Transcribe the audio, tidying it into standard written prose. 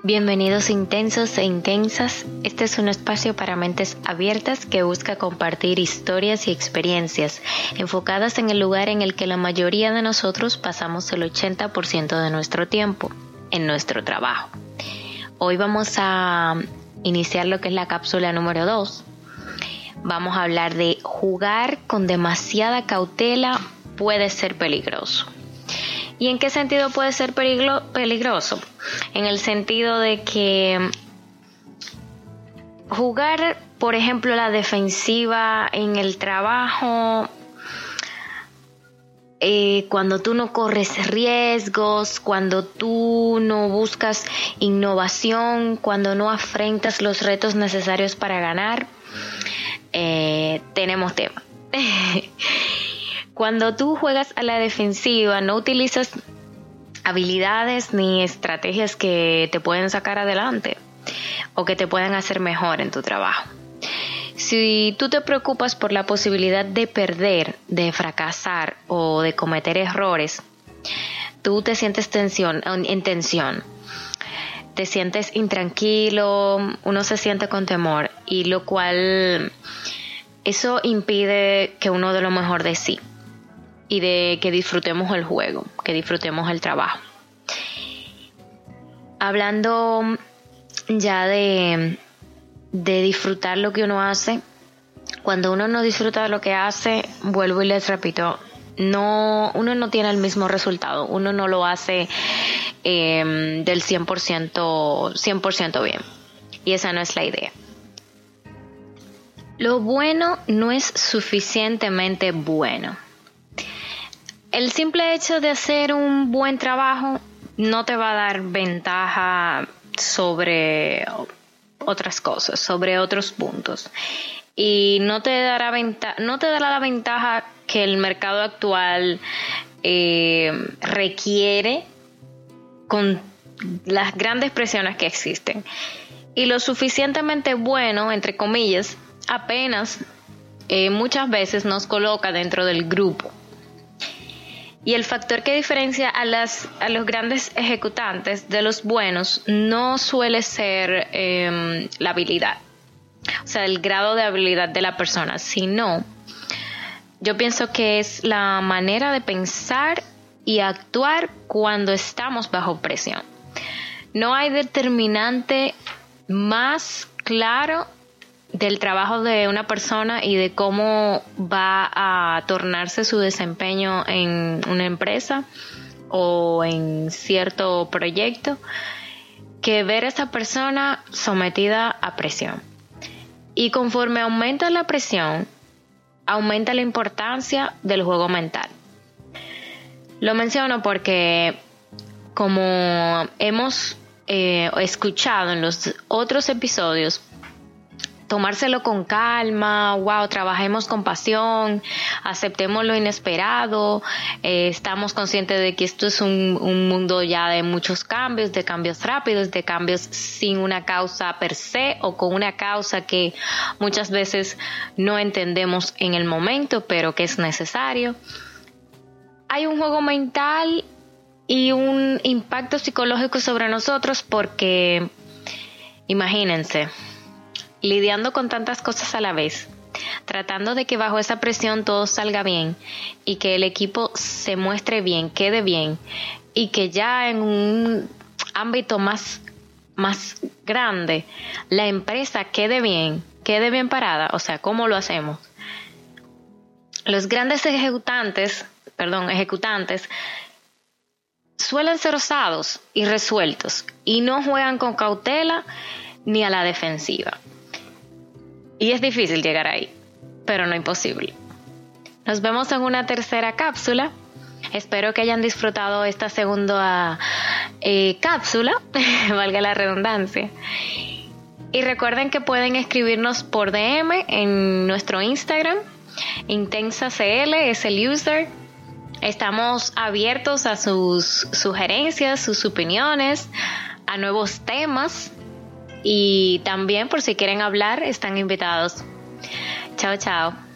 Bienvenidos intensos e intensas. Este es un espacio para mentes abiertas que busca compartir historias y experiencias enfocadas en el lugar en el que la mayoría de nosotros pasamos el 80% de nuestro tiempo, en nuestro trabajo. Hoy vamos a iniciar lo que es la cápsula número 2. Vamos a hablar de jugar con demasiada cautela puede ser peligroso. ¿Y en qué sentido puede ser peligroso? En el sentido de que jugar, por ejemplo, la defensiva en el trabajo, cuando tú no corres riesgos, cuando tú no buscas innovación, cuando no afrentas los retos necesarios para ganar, tenemos tema. Cuando tú juegas a la defensiva, no utilizas habilidades ni estrategias que te pueden sacar adelante o que te puedan hacer mejor en tu trabajo. Si tú te preocupas por la posibilidad de perder, de fracasar o de cometer errores, tú te sientes en tensión. Te sientes intranquilo, uno se siente con temor y lo cual eso impide que uno dé lo mejor de sí. Y de que disfrutemos el juego, que disfrutemos el trabajo. Hablando ya de disfrutar lo que uno hace, cuando uno no disfruta de lo que hace, vuelvo y les repito, uno no tiene el mismo resultado, uno no lo hace del 100% bien. Y esa no es la idea. Lo bueno no es suficientemente bueno. El simple hecho de hacer un buen trabajo no te va a dar ventaja sobre otras cosas, sobre otros puntos. Y no te dará la ventaja que el mercado actual requiere con las grandes presiones que existen. Y lo suficientemente bueno, entre comillas, apenas muchas veces nos coloca dentro del grupo. Y el factor que diferencia a los grandes ejecutantes de los buenos no suele ser la habilidad, o sea, el grado de habilidad de la persona, sino yo pienso que es la manera de pensar y actuar cuando estamos bajo presión. No hay determinante más claro del trabajo de una persona y de cómo va a tornarse su desempeño en una empresa o en cierto proyecto, que ver a esa persona sometida a presión. Y conforme aumenta la presión, aumenta la importancia del juego mental. Lo menciono porque, como hemos escuchado en los otros episodios, tomárselo con calma, trabajemos con pasión, aceptemos lo inesperado, estamos conscientes de que esto es un mundo ya de muchos cambios, de cambios rápidos, de cambios sin una causa per se o con una causa que muchas veces no entendemos en el momento, pero que es necesario. Hay un juego mental y un impacto psicológico sobre nosotros porque, imagínense, lidiando con tantas cosas a la vez, tratando de que bajo esa presión todo salga bien y que el equipo se muestre bien, quede bien y que ya en un ámbito más grande la empresa quede bien parada. O sea, ¿cómo lo hacemos? Los grandes ejecutantes suelen ser osados y resueltos y no juegan con cautela ni a la defensiva. Y es difícil llegar ahí, pero no imposible. Nos vemos en una tercera cápsula. Espero que hayan disfrutado esta segunda cápsula, valga la redundancia. Y recuerden que pueden escribirnos por DM en nuestro Instagram. IntensaCL es el user. Estamos abiertos a sus sugerencias, sus opiniones, a nuevos temas. Y también, por si quieren hablar, están invitados. Chao, chao.